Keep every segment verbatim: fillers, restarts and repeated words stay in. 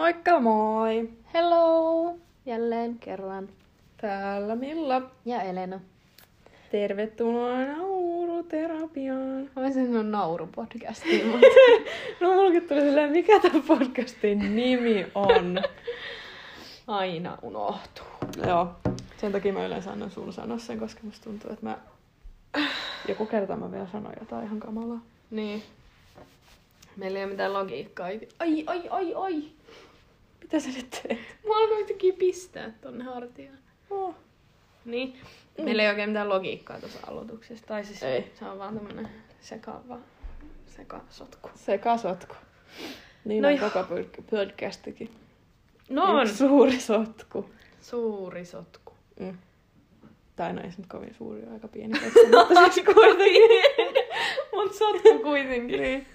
Moikka moi! Hello! Jälleen kerran. Täällä Milla. Ja Elena. Tervetuloa nauruterapiaan. Mä voisin sanoa naurupodcastiin, mutta... No mulkin tuli silleen, mikä tämän podcastin nimi on? Aina unohtuu. Joo. Sen takia mä yleensä annan sun sanoa sen, koska musta tuntuu, että mä... Joku kerta mä vielä sanoin jotain ihan kamalaa. Niin. Meillä ei ole mitään logiikkaa. Ai, ai, ai, ai! Mitä sä nyt teet? Mä alkoin yhtäkkiä pistää tonne hartiaan. Oh. Niin. Meillä ei oikein mitään logiikkaa tuossa aloituksessa. Tai siis Ei. se on vaan tämmönen sekava... sekasotku. Sekasotku. Niin No on joo. koko pod- podcastikin. No on! Yksi suuri sotku. Suuri sotku. Mm. Tai no ei se nyt kovin suuri, on aika pieni sotku, mutta siis kuitenkin. Mut sotku kuitenkin. Niin.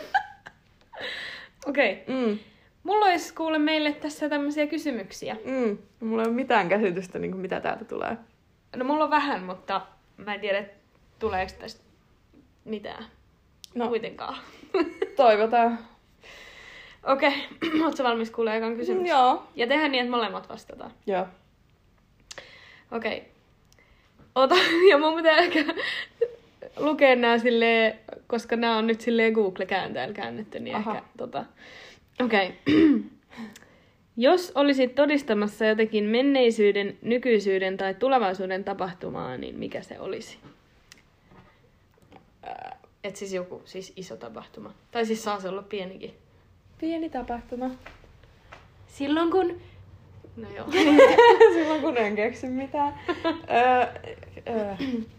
Okei. Okay. Mm. Mulla olisi kuule meille tässä tämmöisiä kysymyksiä. Mm. Mulla ei ole mitään käsitystä, niin kuin mitä täältä tulee. No mulla on vähän, mutta mä en tiedä, tuleeko tästä mitään. No. Kuitenkaan. Toivotaan. Okei, okay. Ootko valmis kuulemaan ekan kysymyksen? Joo. Ja tehdään niin, että molemmat vastataan. Joo. Okei. Okay. Ota, ja mun pitää ehkä lukea nää silleen, koska nää on nyt silleen Google-kääntäjällä käännetty, niin Aha. ehkä tota... Okei. Okay. Jos olisit todistamassa jotakin menneisyyden, nykyisyyden tai tulevaisuuden tapahtumaa, niin mikä se olisi? Ää, Et siis joku siis iso tapahtuma. Tai siis saa se olla pienikin. pieni tapahtuma. Silloin kun... No joo. Silloin kun en keksi mitään. öö, öö.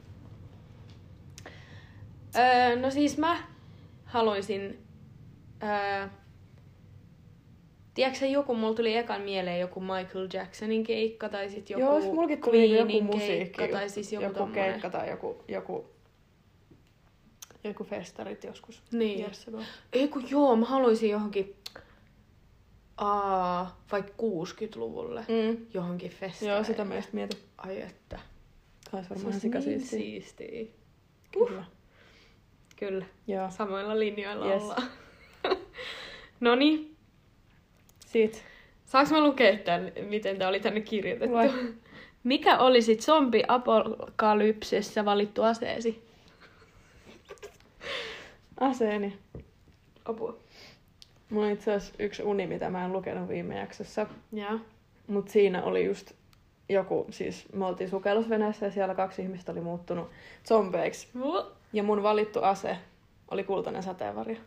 öö, no siis mä haluaisin... Öö, tiedätkö joku, mulla tuli ekan mieleen joku Michael Jacksonin keikka, tai sit joku Joo, mulkin tuli joku Queenin musiikki. keikka, tai siis joku, joku tommonen. keikka tai joku, joku, joku festarit joskus. Niin. Jesselo. Ei kun joo, mä haluaisin johonkin... Aa, vaikka kuusikymmentäluvulle Mm. johonkin festareille. Joo, sitä meistä mietin. Ai että. Kais Se varmaan olisi ihan niin sikasiistiä. siistiä. Kyllä. Kyllä. Joo. Samoilla linjoilla Yes. ollaan. Noniin. Sit. Saanko mä lukea tämän, miten tää oli tänne kirjoitettu? Lue. Mikä olisi zombi-apokalypsessä valittu aseesi? Aseeni. Apua. Mulla on itse asiassa yksi uni, mitä mä en lukenut viime jaksossa. Jaa. Mut siinä oli just joku, siis me oltiin sukellusveneessä ja siellä kaksi ihmistä oli muuttunut zombeiksi. Ja mun valittu ase oli kultainen sateenvarjo.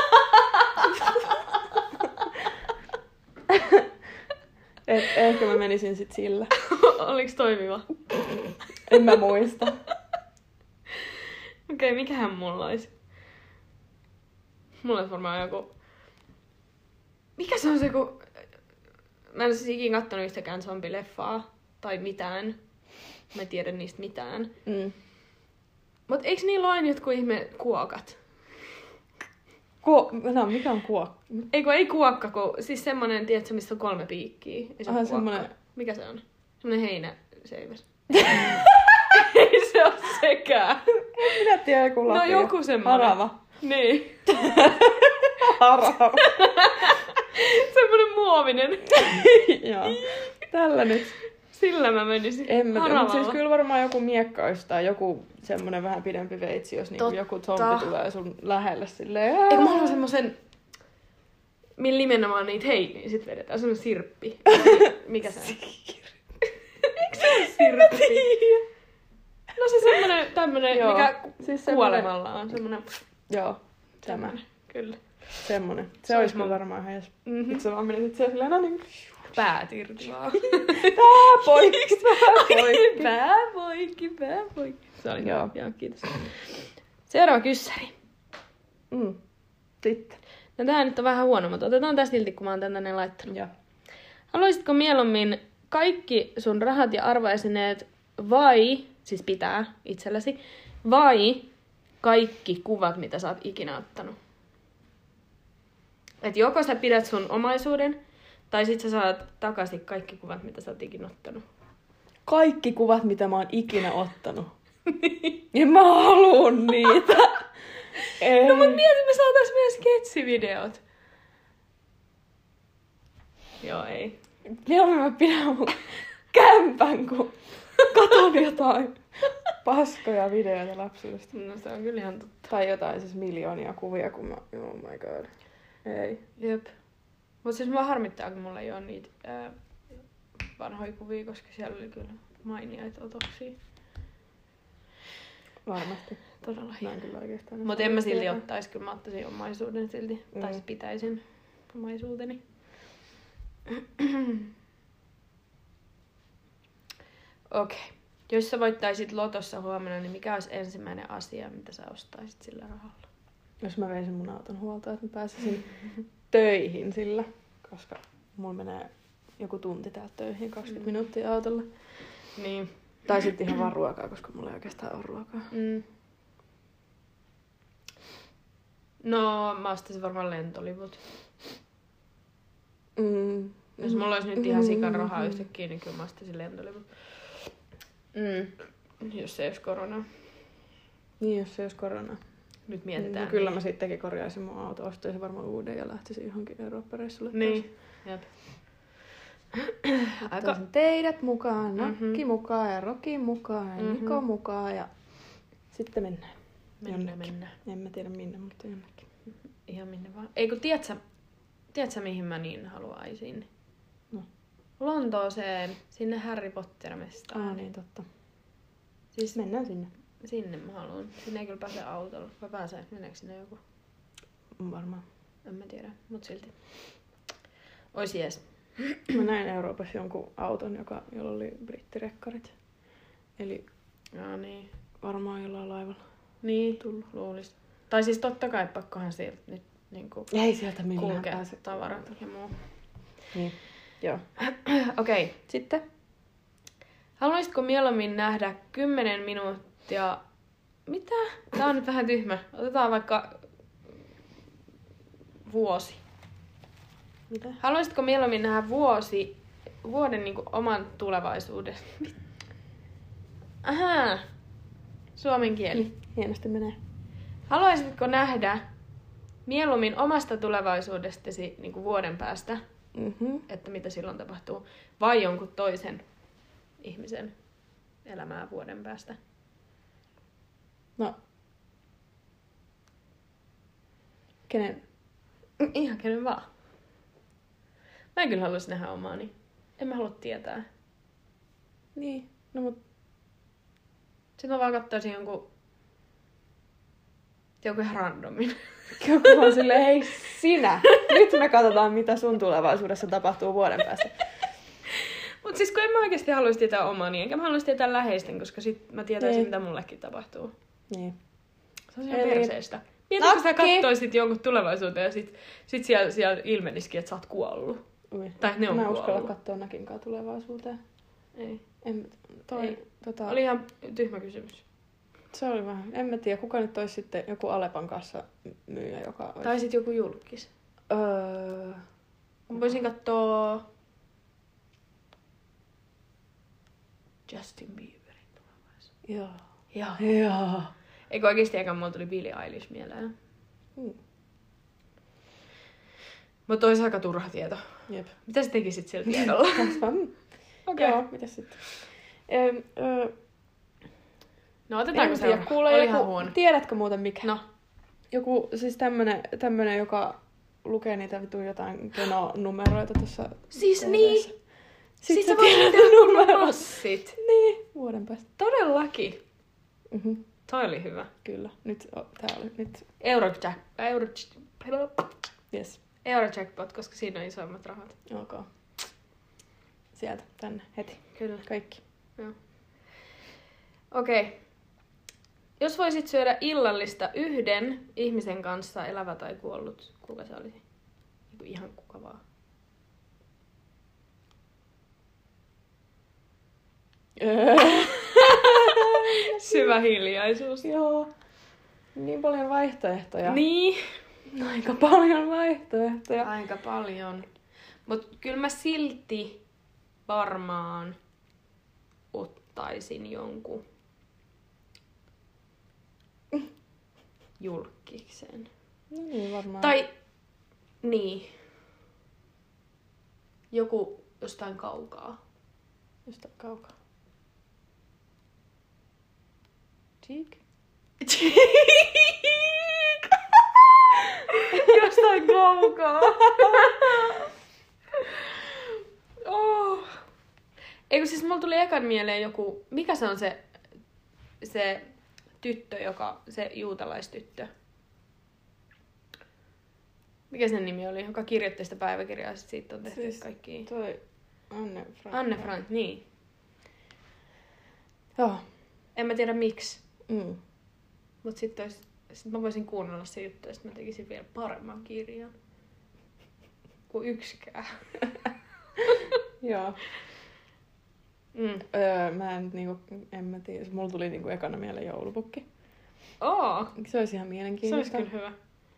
Et ehkä mä menisin sit sillä. Oliks toimiva? En mä muista. Okei, okay, mikähän mulla olisi? Mulla olisi varmaan joku... Mikä se on se, kun... Mä en siis ikinä kattonut yhtäkään zombileffaa. Tai mitään. Mä en tiedä niistä mitään. Mm. Mut eiks niillä ole aina jotkut ihme kuokat? Kuo... No, mikä on kuokka? Ei kun ei kuokka, kun siis semmonen, tiedätkö, missä on kolme piikkiä. Ei se Aha, ole kuokka. semmonen- Mikä se on? Semmonen heinäseiväs. Ei se ole sekään. Minä tiedän joku No lapio. joku semmonen. Harava. Niin. Harava. Semmonen muovinen. Joo. Tällä nyt. Sillä mä menisin. En mä tiedä, mutta Haravalla. siis kyllä varmaan joku miekka olisi tai joku semmonen vähän pidempi veitsi, jos niinku Totta. joku zombi tulee sun lähelle silleen. Eikö mä haluan semmosen, millä nimenomaan niitä heiniä sit vedetään, semmonen sirppi. Mikä se on? Eikö se ole sirppi? No se semmonen tämmönen, Joo. mikä Siis kuolemalla on. Semmonen, Joo, tämä. semmonen. Kyllä. Semmonen. Se, Se se olisi olisi kyllä mun- varmaan ihan edes. Mhm. Itse vaan menisit siellä silleen, no niin. Päät irti vaan. Pää poikki, pää poikki. Pää poikki, pää poikki. Se oli Joo. Joo. Joo, kiitos. Seuraava kyssäri. Mm. Sitten. No tää nyt on vähän huono, mutta otetaan tästä silti, kun mä oon tän tänne laittanut. Joo. Haluaisitko mieluummin kaikki sun rahat ja arvoesineet vai, siis pitää itselläsi, vai kaikki kuvat, mitä sä oot ikinä ottanut? Et joko sä pidät sun omaisuuden, tai sit sä saat takaisin kaikki kuvat, mitä sä oot ikinä ottanut. Kaikki kuvat, mitä mä oon ikinä ottanut. Ja mä haluun niitä. Ei. No mut mieti, me saatais meidän sketsivideot. Joo, ei. Mieluummin mä pidän mun kämpän, kun katon jotain paskoja videoita lapsuudesta. No se on kyllä ihan totta. Tai jotain siis miljoonia kuvia, kun mä... Oh my god. Ei. Jep. Mut siis mua harmittaa, kun mulla ei oo niitä ää, vanhoja kuvia, koska siellä oli kyllä mainiaita otoksia. Varmasti. Todella Mä en hieno. kyllä oikeastaan. Mut en mä silti ottais, kyllä mä ottaisin omaisuuden silti. Mm. Tai siis pitäisin omaisuuteni. Okei. Okay. Jos sä voittaisit lotossa huomenna, niin mikä olisi ensimmäinen asia, mitä sä ostaisit sillä rahalla? Jos mä veisin mun auton huoltoon, että mä pääsisin töihin sillä. Koska mulla menee joku tunti täältä töihin, kaksikymmentä minuuttia autolla. Niin. Tai sitten ihan vaan ruokaa, koska mulla ei oikeastaan ole ruokaa. Mm. No, mä ostaisin varmaan lentoliput. Mm. Jos mulla olisi nyt ihan sikan rahaa yhtäkkiä, niin kyllä mä ostaisin lentoliput. Mm. Jos ei olisi korona. Niin, jos se olisi korona. Nyt mietitään. No, kyllä mä sittenkin korjaisin mun auto, ostaisin varmaan uuden ja lähtisin johonkin Eurooppa-reissulle. Niin. Jep. Aika... Ottaisin teidät mukaan, Nakki Mhm. mukaan ja Roki mukaan ja Mhm. Niko mukaan ja sitten mennään. Mennään, Jonnekin. mennään. En mä tiedä minne, mutta jonnekin. Ihan minne vaan. Ei kun tiedät sä, tiedät sä mihin mä niin haluaisin? No. Lontooseen, sinne Harry Potter-mestaan. Aa niin, totta. Siis Mennään sinne. sinne mä haluan. Sinne ei kyllä pääse autolla. Mä pääsen, meneekö sinne joku? Varmaan. En mä tiedä, mut silti. Ois jees. Mä näin Euroopassa jonkun auton, joka, jolla oli brittirekkarit. Eli Joo niin. varmaan jollain laivalla. Niin, tullut. Luulis. Tai siis totta kai pakkohan sieltä nyt niinku Ei sieltä millään kulkea pääse. tavarat ja muu. Niin. Joo. Okei. Okay. Sitten? Haluaisitko mieluummin nähdä kymmenen minuuttia... Mitä? Tää on nyt vähän tyhmä. Otetaan vaikka vuosi. Mitä? Haluaisitko mieluummin nähdä vuosi, vuoden niinku oman tulevaisuuden? Ahaa. Suomen kieli. Niin, hienosti menee. Haluaisitko nähdä mieluummin omasta tulevaisuudestasi niinku vuoden päästä, Mhm. että mitä silloin tapahtuu, vai jonkun toisen ihmisen elämää vuoden päästä? No. Kenen? Ihan kenen vaan. Mä en kyllä haluaisi nähdä omaani. En mä halua tietää. Niin. No mut Sitten mä vaan katsoisin jonkun... Jonkun ihan randomin. joku on silleen, hei sinä, nyt me katsotaan mitä sun tulevaisuudessa tapahtuu vuoden päästä. Mut siis kun en mä oikeesti haluaisi tietää omaani, enkä mä haluaisi tietää läheisten, koska sit mä tietäisin, Niin. mitä mullekin tapahtuu. Niin. Se on ihan Eli- perseestä. Mietitkö, kun sä Nakki! kattoisit jonkun tulevaisuuteen ja sit, sit siellä, siellä ilmenisikin, että sä oot kuollut. Ui. Tai että ne on Mä en uskalla kuollut. katsoa Nakinkaan tulevaisuuteen. Ei. En, toi, Ei. Tota, Oli ihan tyhmä kysymys. Se oli vähän. En mä tiedä, kuka nyt olisi sitten joku Alepan kanssa myyjä, joka olisi... Tai sit joku julkis. Öö... Mä voisin katsoa Justin Bieberin tulevaisuus. Joo. Joo. Joo. Eikö oikeesti eikä mulla tuli Billie Eilish mieleen. Hmm. Mutta olisi aika turha tieto. Jep. Mitä sä tekisit sillä tiedolla? Kasvaa. Mm. Okei. Joo, mitäs sitten? Öö, öö, No otetaanko en tiedä, se? kuule Oli ihan joku, huono. tiedätkö muuten mikä? No. Joku, siis tämmönen, tämmönen joka lukee niitä vitun jotain genonumeroita tuossa. Siis T V:ssä. niin. Sit, Sit sä sä voit tiedät tehdä numerot. passit. Niin, vuoden päästä. Todellakin. Mhm. Toi oli hyvä. Kyllä, nyt o, tää oli, nyt, Eurojack... Euro... yes, Eurojackpot, koska siinä on isoimmat rahat. ok. Sieltä, tänne, heti, Kyllä. kaikki. Okei. Okay. Jos voisit syödä illallista yhden ihmisen kanssa, elävä tai kuollut, kuka se olisi? Niin kuin ihan kuka vaan. Öö. Syvä hiljaisuus. Joo, niin paljon vaihtoehtoja. Niin. Aika paljon vaihtoehtoja. Aika paljon. Mut kyllä mä silti varmaan ottaisin jonkun julkiksen. No niin, varmaan. Tai niin. Joku jostain kaukaa. Jostain kaukaa. Cheek? Jostain kaukaa. Oh. Eikö siis mulla tuli ekan mieleen joku, mikä se on se, se tyttö, joka, se juutalaistyttö. Mikä sen nimi oli, joka kirjoitti sitä päiväkirjaa, sit siitä on tehty Siis kaikki. Toi Anne Frank. Anne Frank, niin. Joo. En mä tiedä miksi, Mm. mut sit, ois, sit mä voisin kuunnella se juttu ja sit mä tekisin vielä paremman kirjan. Kuin yksikään. Joo. Mm. Öö, mä en niinku, en mä tiedä. Mulla tuli niinku ekana mieleen joulupukki. Oo, Se olisi ihan se mielenkiintoista. olisi kyllä hyvä.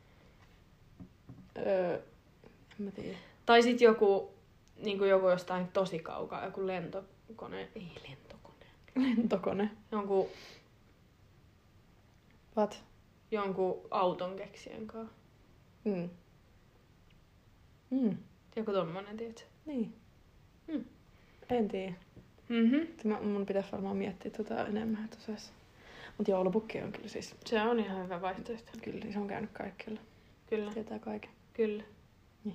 Öö, en mä tiedä. Tai sit joku, niinku joku jostain tosi kaukaa, joku lentokone, ei lentokone. Lentokone. Jonkun, What? jonkun auton keksijän kanssa. Mm. Mm. Joku tommonen, tiedätkö? Niin. Mm. En tiedä. Mhm. Mä, mun pitäisi varmaan miettiä tota enemmän tosais. Mut joulupukki on kyllä siis, Se on ihan hyvä vaihtoehto. kyllä se on käynyt kaikkialla. Kyllä, Tietää kaiken. kyllä. Niin.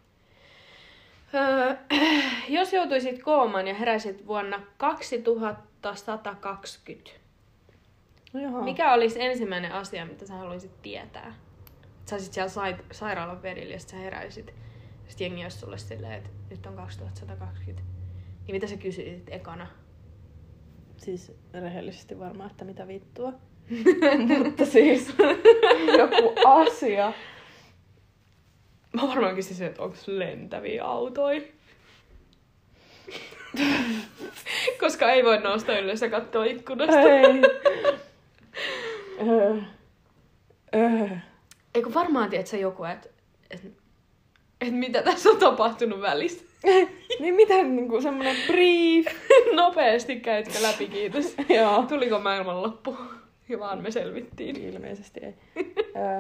Öö, jos joutuisit koomaan ja heräisit vuonna kaksituhattasata kaksikymmentä, No jaha. mikä olisi ensimmäinen asia, mitä sä haluaisit tietää? Sä olisit siellä sai- sairaalan perillä ja sit sä heräisit. Ja sit jengi olisi sulle silleen, että nyt on kaksituhattasata kaksikymmentä. Niin mitä sä kysyisit ekana? Siis rehellisesti varmaan, että mitä vittua. Mutta siis joku asia. Mä varmaan kysyisin, että onko lentäviä autoja. Koska ei voi nousta ylös ja katsoa ikkunasta. Ei. öö. Öö. Eikö varmaan tiedät sä joku, että et, et mitä tässä on tapahtunut välissä? Niin mitä niinku semmonen brief. Nopeasti käytkö läpi, kiitos. Joo. Tuliko maailmanloppu? Ja vaan me selvittiin. Ilmeisesti ei. öö.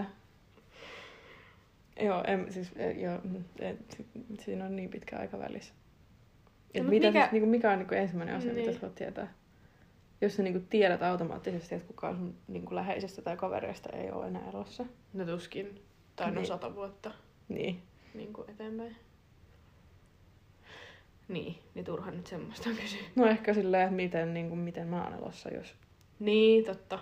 Joo, en, siis, e, joo, en, si, siinä on niin pitkä aika välissä. Et No, mitä mikä- siis, niinku, mikä on niinku ensimmäinen asia, Niin. mitä sä haluat tietää? Jos sä niinku tiedät automaattisesti, että kukaan sun niinku läheisestä tai kavereista ei ole enää elossa. No tuskin. Tai no Niin. sata vuotta Niin. niin kuin eteenpäin. Niin, niin turha nyt semmoista kysyä. No ehkä silleen, että miten, niinku, miten mä oon elossa, jos... Niin, totta.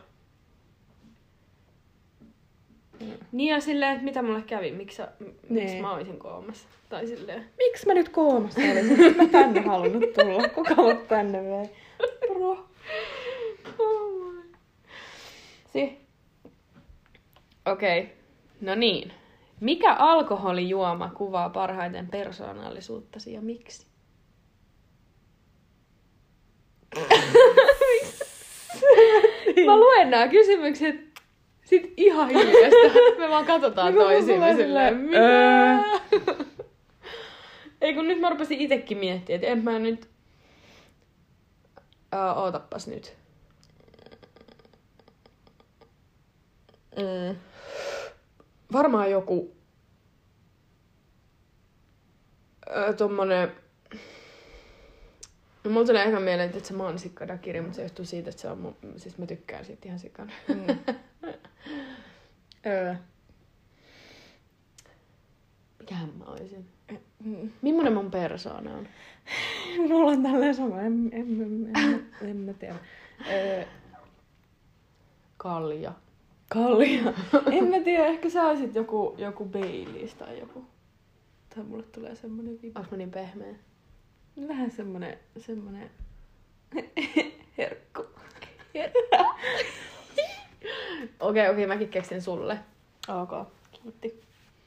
Mm. Niin ja silleen, että mitä mulle kävi, miksi, sä, m- miksi Niin. mä olisin koomassa. Tai silleen. Miksi mä nyt koomassa olisin? Miksi mä tänne halunnut tulla? Kuka mut tänne vei? Bro. Oh si. Okei, okay. No niin. Mikä alkoholijuoma kuvaa parhaiten persoonallisuuttasi ja miksi? Mä luen nämä kysymykset sit ihan hiljasta. Me vaan katsotaan Niin mä toisiimme tulen silleen, silleen, mitä? Ei kun nyt mä rupesin itekin miettimään, että en mä nyt... Uh, ootapas nyt. Mm. Varmaan joku... Uh, tommonen... No mulla tulee ehkä mieleen, että se mansikkadakiri, mutta se johtuu siitä, että se on mun... Siis mä tykkään siitä ihan sikana. Mm. öö. Mikähän mä oisin? Mm. Millainen mun persoona on? Mulla on tälleen sama, en, en, en, en, en mä tiedä. Öö. Kalja. Kallia. En mä tiedä, ehkä sä olisit joku, joku Baileys tai joku. Tai mulle tulee semmonen viba. Onks mä niin pehmeä? Vähän semmonen, semmonen herkku. Okei, okei, mäkin keksin sulle. Ok, kiitti.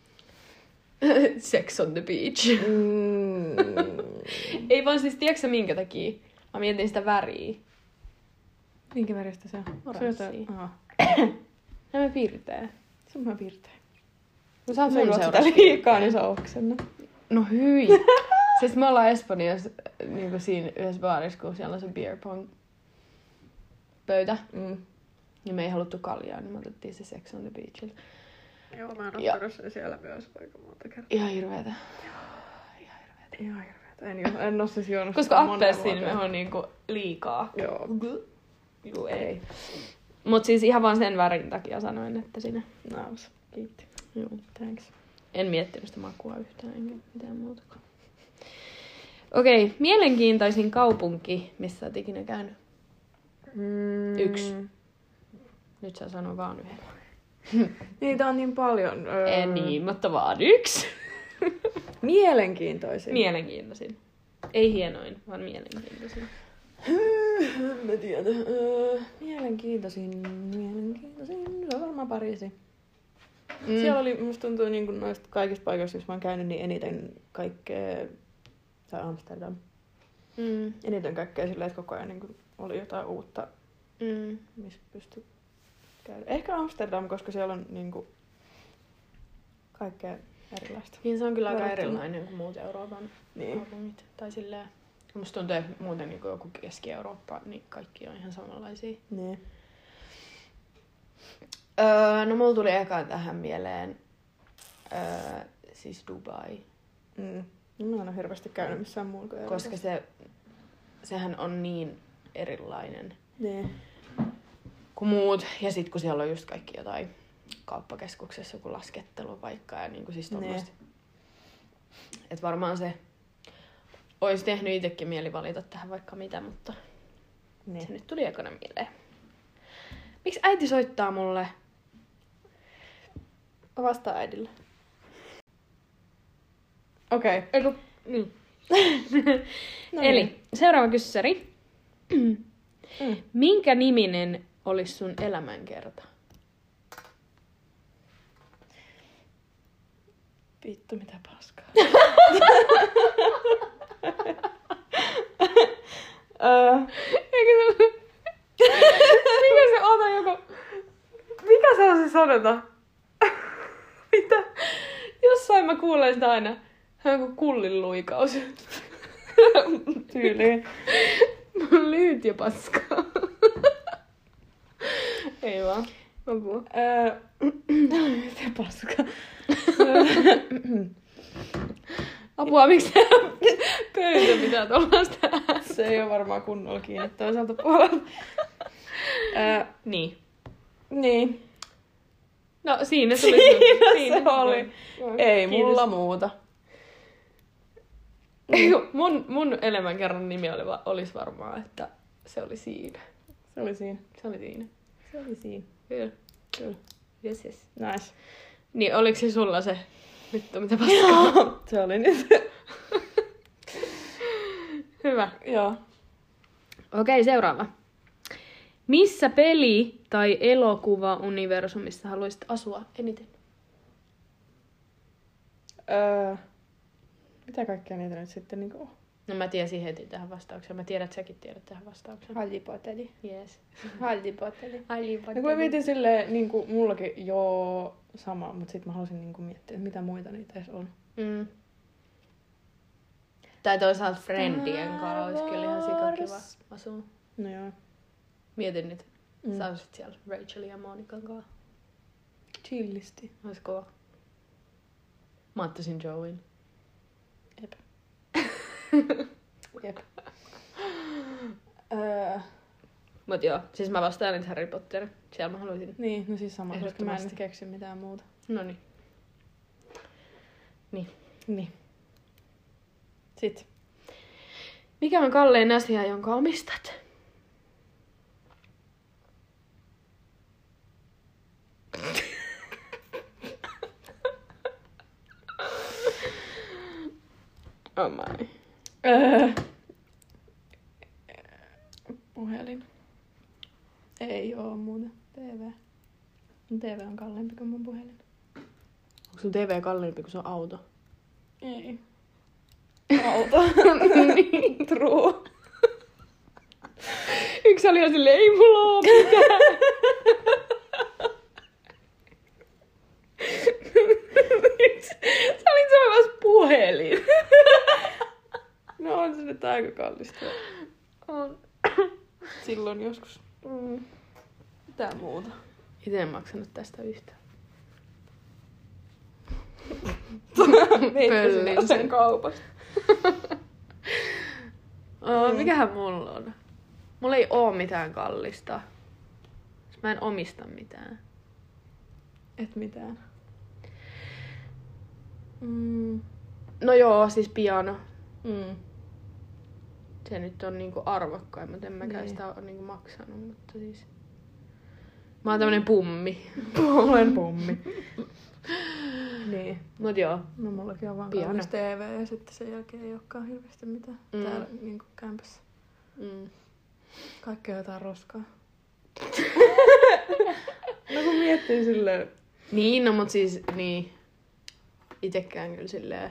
Sex on the beach. Mm. Ei vaan siis, tiedätkö sä minkä takia? Mä mietin sitä väriä. Minkä väristä se on? Oranssia. Se on jotain- Aha. Nämä piirtää. Se on mä piirtein. No sä oot Sä mun juot sitä seurassa liikaa, niin sä oksenna. No hyi. Siis me ollaan Espanjassa niin siinä yhdessä baarissa, kun siellä on se beer pong pöytä. Mm. Ja me ei haluttu kaljaa, niin me otettiin se Sex on the Beachilla. Joo, mä oon Ja- ottanut sen siellä myös aika monta kertaa. Ihan hirveetä. Ihan hirveetä. Ihan hirveetä. En, jo, en oo siis juonut Koska appelsiini on niinku liikaa. Joo. Juu, ei. Mut siis ihan vaan sen värin takia sanoin, että sinä. Naus. Kiitti. Joo, thanks. En miettinyt sitä makua yhtään, enkä mitään muutakaan. Okei, okay, mielenkiintoisin kaupunki, missä olet ikinä käynyt? Mm. Yksi. Nyt sä sano vaan yhden. Niitä on niin paljon. Öö... Ei niin, mutta vaan yksi. Mielenkiintoisin. Mielenkiintoisin. Ei hienoin, vaan mielenkiintoisin. Mä tiedän. Öö, mielenkiintoisin, mielenkiintoisin. Se on varmaan Pariisi. Mm. Siellä oli, musta tuntuu niin kuin noista kaikista paikoista, jos mä oon käynyt, niin eniten kaikkea, tai Amsterdam. Mm. Eniten kaikkea silleen, että koko ajan niin kuin oli jotain uutta, Mm. missä pystyi käydä. Ehkä Amsterdam, koska siellä on niin kuin kaikkea erilaista. Niin se on kyllä aika Verrattuna. erilainen kuin muut Euroopan Niin. kaupungit. Tai silleen, musta tuntuu, että muuten niin kuin joku Keski-Eurooppa, niin kaikki on ihan samanlaisia. Niin. Öö, no mulla tuli eka tähän mieleen öö, siis Dubai. Mm. No, mä en ole hirveästi käynyt missään muulla kuin Koska se, sehän on niin erilainen Niin. kuin muut. Ja sit kun siellä on just kaikki jotain kauppakeskuksessa, joku laskettelupaikka ja niinku siis tommoista. Että varmaan se olisi tehnyt itsekin mieli valita tähän vaikka mitä, mutta Niin. se nyt tuli ekana mieleen. Miksi äiti soittaa mulle? Vastaa äidille. Okei. Okay. Eiku, niin. No Eli niin. seuraava kyssäri. Mm. Minkä niminen olisi sun elämänkerta? Vittu, mitä paskaa. Öö, Eikö se... Mikä se on joku... Mikä se on se sanota? Mitä? Jossain mä kuulen sitä aina. Hän on joku kullin luikaus. Tyyliin. Lyhyt ja paskaa. Ei vaan. Apua. Öö, mitä paskaa? Apua, miksi tää pöytä pitää tollaista? Se ei ole varmaan kunnolla kiinni toisaalta puolelta. Öö, Niin. niin. No siinä tuli. Siinä, Siinä se oli. Joo, Ei kiitos. mulla muuta. mun, mun elämänkerran nimi oli, va- olisi varmaan, että se oli siinä. Se oli siinä. Se oli siinä. Se oli siinä. Kyllä. Kyllä. Yes, yes. Nice. Niin, oliko se sulla se vittu, mitä paskaa? Se oli nyt. Hyvä. Joo. Okei, seuraava. Missä peli- tai elokuva-universumissa haluaisit asua eniten? Öö, mitä kaikkea niitä nyt sitten niinku on? No mä tiesin heti tähän vastaukseen. Mä tiedän, että säkin tiedät tähän vastaukseen. Hallipoteli. Yes. Hallipoteli. Ai, No kun mä mietin silleen, niinku mullakin joo sama, mutta sit mä halusin niinku miettiä, että mitä muita niitä edes on. Mm. Tai toisaalta Friendien kanssa olisi kyllä ihan sikakiva asua. No joo. Mietin nyt. Mm. Sä olisit siellä Rachelin ja Monikan kanssa. Chillisti. Olis kova. Mä ottaisin Joeyn. Jep. Jep. Öö, Mut joo, siis mä vastaan nyt Harry Potter. Siellä mä haluaisin. niin, no siis sama, koska mä en Ehdottomasti. nyt keksi mitään muuta. Noniin. Niin. Niin. Sit. Mikä on kallein asia, jonka omistat? Oh my. Öö, puhelin. Ei oo muuta. T V. Mun T V on kalliimpi kuin mun puhelin. Onko sun T V kalliimpi kuin sun auto? Ei. Auto. True. Yksi oli ihan silleen, ei mulla oo mitään. Sä olit soimassa puhelin. No on se nyt aika kallista. On. Silloin joskus. Mm. Mitä muuta? Ite en maksanut tästä yhtään. Veitte sen kaupasta. Oh, Mm. mikähän mulla on? Mulla ei oo mitään kallista. Mä en omista mitään. Et mitään. Mm. No joo, siis piano. Mm. Se nyt on niinku arvokkain, mutta en mäkään Niin. sitä ole niinku maksanut, mutta siis... Mä oon tämmönen pummi. Olen pommi. Niin. Mut joo. No mullakin on vaan Piano. kallis T V ja sitten sen jälkeen ei olekaan hirveästi mitään Mm. täällä niinku kämpässä. Mm. Kaikkea jotain roskaa. No kun miettii silleen... Niin, no mut siis, niin. Itekään kyllä silleen...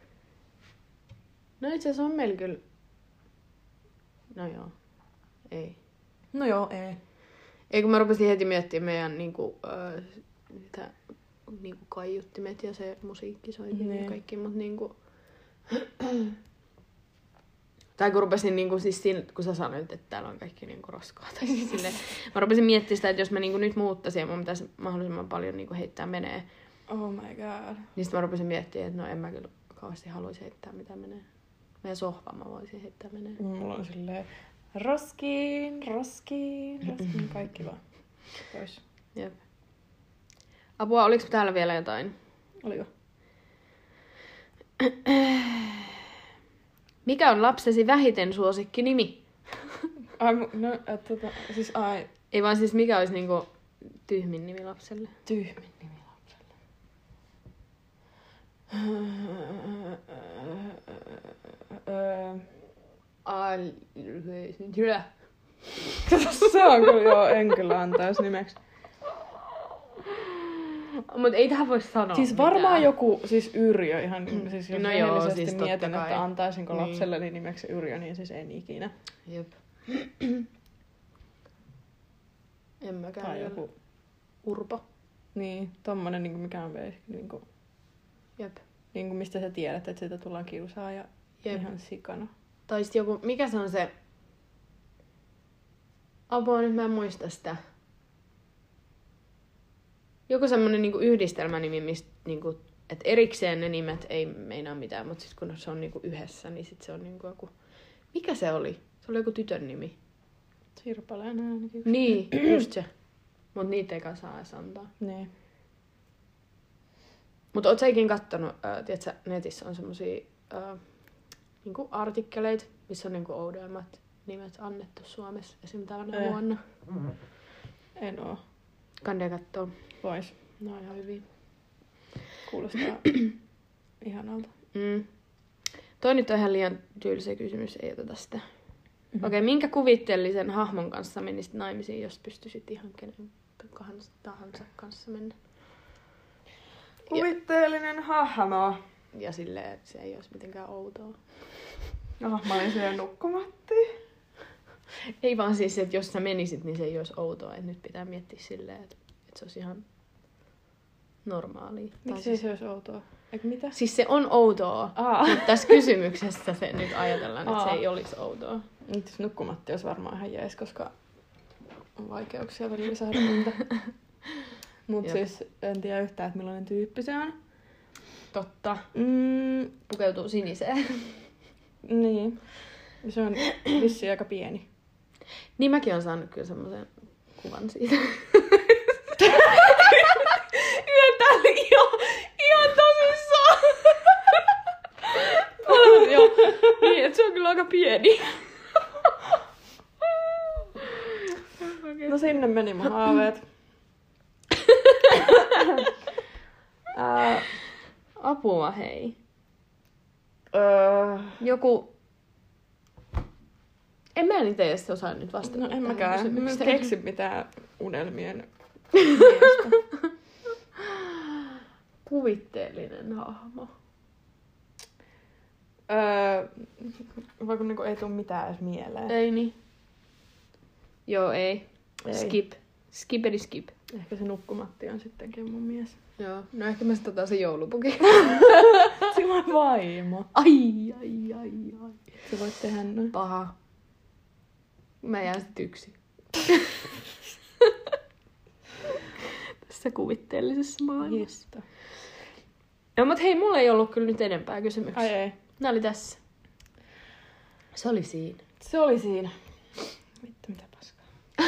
No itse asiassa on meillä kyllä... No joo. Ei. No joo, ei. Ei kun mä rupesin heti miettimään meidän niinku, äh, sitä, niinku kaiuttimet ja se musiikkisoitin Niin. ja kaikki, mut niinku... Tai kun rupesin niinku siis siinä, kun sä sanoit, että täällä on kaikki niinku roskaa. Tai siis silleen, mä rupesin miettimään sitä, että jos mä niinku nyt muuttaisin ja mun pitäisi mahdollisimman paljon niinku heittää menee. Oh my god. Niin sit mä rupesin miettimään, että no en mä kyllä kauheasti haluaisi heittää mitä menee. Meidän sohva mä voisin heittää menee. Mulla on silleen roskiin, roskiin, roskiin, kaikki vaan pois. Jep. Apua, oliko täällä vielä jotain? Oliko? Mikä on lapsesi vähiten suosikki nimi? Ai, mu- no, et, tota, siis ai, Ei vaan siis mikä olisi niinku tyhmin nimi lapselle. tyhmin nimi lapselle. Öö, Ai, hyvä. Se on kyllä joo, en kyllä antaisi nimeksi. Mut ei tähän voi sanoa Siis mitään. varmaan joku, siis Yrjö ihan, mm. siis jos No no joo, rehellisesti siis totta mietin, kai. että antaisinko Niin. lapselleni nimeksi Yrjö, niin siis en ikinä. Jep. En mäkään. Tai vielä. joku, Urpo. niin, tommonen niinku mikä on basic, niinku, Jep. niinku mistä sä tiedät, että siitä tullaan kiusaa ja Jep. ihan sikana. Tai sit joku, mikä se on se... Apua, nyt mä en muista sitä. Joku semmonen niinku yhdistelmänimi, mistä niinku, että erikseen ne nimet ei meinaa mitään, mutta sitten kun se on niinku yhdessä, niin sit se on niinku joku... Mikä se oli? Se oli joku tytön nimi. Sirpaleena ainakin. Niin, just se. Mut niitä ei saa edes antaa. Niin. Mut oot sä ikin kattonut, äh, tiedätkö, netissä on semmosia äh, niinku artikkeleita, missä on niinku oudoimmat nimet annettu Suomessa esim. Tänä Eh. vuonna. En oo. Kande kattoo. Vois. No ihan hyvin. Kuulostaa ihanalta. Mm. Toi nyt on ihan liian tylsä kysymys, ei oteta sitä. Mm-hmm. Okei, okay, minkä kuvitteellisen hahmon kanssa menisit naimisiin, jos pystyisit ihan kenen tahansa kanssa mennä? Kuvitteellinen hahmo. Ja silleen, että se ei olisi mitenkään outoa. No, mä olin siellä nukkumatti. Ei vaan siis, että jos sä menisit, niin se ei olisi outoa. Että nyt pitää miettiä silleen, että, että se olisi ihan normaalia. Tai Miksi siis, se olisi outoa? Eikö mitä? siis se on outoa, Aa. mutta tässä kysymyksessä se nyt ajatellaan, että se Aa. ei olisi outoa. Nyt jos nukkumatti olisi varmaan ihan jees, koska on vaikeuksia välillä saada unta. Mut Jep. siis en tiedä yhtään, että millainen tyyppi se on. Totta. Mm, Pukeutuu siniseen. niin. Se on vissiin aika pieni. Niin mäkin olen saanut kyllä semmoisen kuvan siitä. Kyllä tää oli ihan, ihan tosissaan. Joo, niin, että se on kyllä aika pieni. No sinne meni mun haaveet. Ää, Apua, hei. öö, Joku... En mä niitä edes osaa nyt vastata. no en tähän mäkään. Mä en kysymykseen. keksi mitään unelmien miestä. Kuvitteellinen hahmo. Öö, vaikka niinku ei tuu mitään edes mieleen. Ei niin. Joo, ei. Ei. Skip. Skipedi skip. Ehkä se nukkumatti on sittenkin mun mies. Joo, no ehkä mä sitten otan se joulupuki. Sillä on vaimo. Ai, ai, ai, ai. Se voit tehdä noin. Paha. Mä jään sit yksin. Tässä kuvitteellisessa maailmassa. Hitta. No, mut hei, mulla ei ollut kyllä nyt enempää kysymyksiä. Ai ei. Nää oli tässä. Se oli siinä. Se oli siinä. Vittu, mitä paskaa.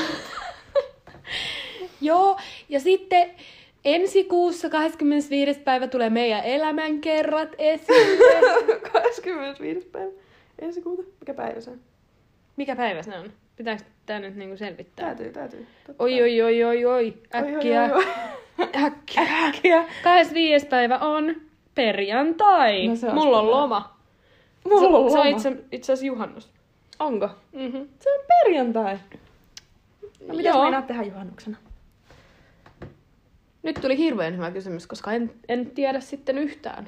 Joo, ja sitten ensi kuussa kahdeskymmenesviides päivä tulee meidän elämänkerrat esille. kahdeskymmenesviides päivä ensi kuuta. Mikä päivä se on? Mikä päivä se on? Pitääkö tää nyt niinku selvittää? Täytyy, täytyy. Totta Oi, kai. oi, oi, oi, oi. Äkkiä. Oi, oi, oi. Äkkiä. Äkkiä. kahdeskymmenesviides päivä on perjantai. No se on Mulla on sitten loma. Mulla on Se on loma. itse, itse asiassa juhannus. Onko? Mm-hmm. Se on perjantai. No mitäs Joo. meinaat tehdä juhannuksena? Nyt tuli hirveän hyvä kysymys, koska en, en tiedä sitten yhtään.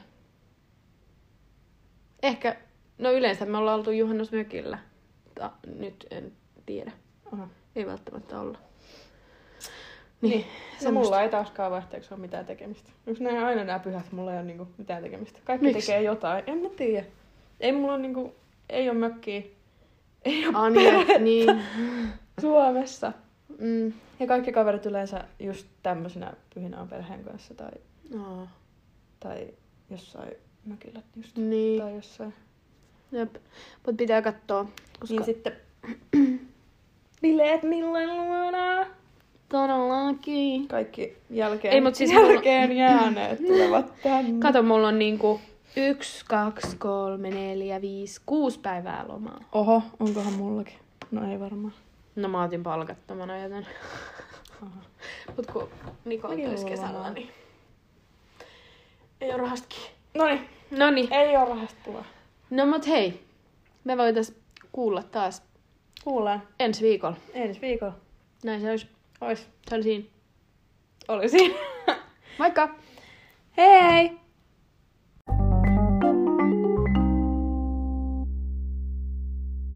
Ehkä, no yleensä me ollaan oltu juhannusmökillä. Ta, nyt en tiedä. Aha. Ei välttämättä olla. Niin. Niin, No mulla ei taaskaan vaihteeksi ole mitään tekemistä. Onko nämä aina nämä pyhät, mulla ei ole niinku mitään tekemistä. Kaikki Miksi? tekee jotain. En mä tiedä. Ei mulla ole niinku, ei ole mökkiä. Ei ole Ah, niin, perhettä niin. Suomessa. Mm. Ja kaikki kaverit yleensä just tämmöisenä pyhinä on perheen kanssa tai, Oh. tai jossain mökillä just. Niin. Tai jossain. Jep. Mut pitää katsoa. Koska... Niin sitten bileet milloin luodaan. Todellakin. Kaikki jälkeen, Ei, mut siis jälkeen jääneet tulevat tänne. Kato, mulla on niinku yksi, kaksi, kolme, neljä, viisi, kuusi päivää lomaa. Oho, onkohan mullakin? No ei varmaan. No mä otin palkattomana, joten... Aha. Mut kun Niko on Mäkin töissä mulla kesällä, lomaa. niin... Ei oo rahastakin. Noniin, Noniin. ei oo rahasta pulaa. No mut hei. Me voitais kuulla taas Kuullaan ensi viikolla. ensi viikolla. Näin se olisi. Ois. Se oli siinä. Oli siinä. Moikka! Hei hei!